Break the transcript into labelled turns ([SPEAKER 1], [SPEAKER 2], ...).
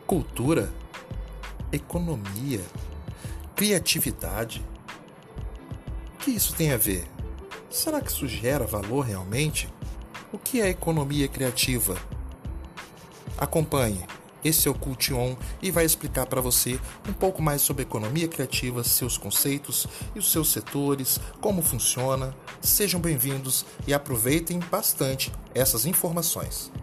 [SPEAKER 1] Cultura, economia, criatividade. O que isso tem a ver? Será que isso gera valor realmente? O que é economia criativa? Acompanhe. Esse é o Cult On e vai explicar para você um pouco mais sobre economia criativa, seus conceitos e os seus setores, como funciona. Sejam bem-vindos e aproveitem bastante essas informações.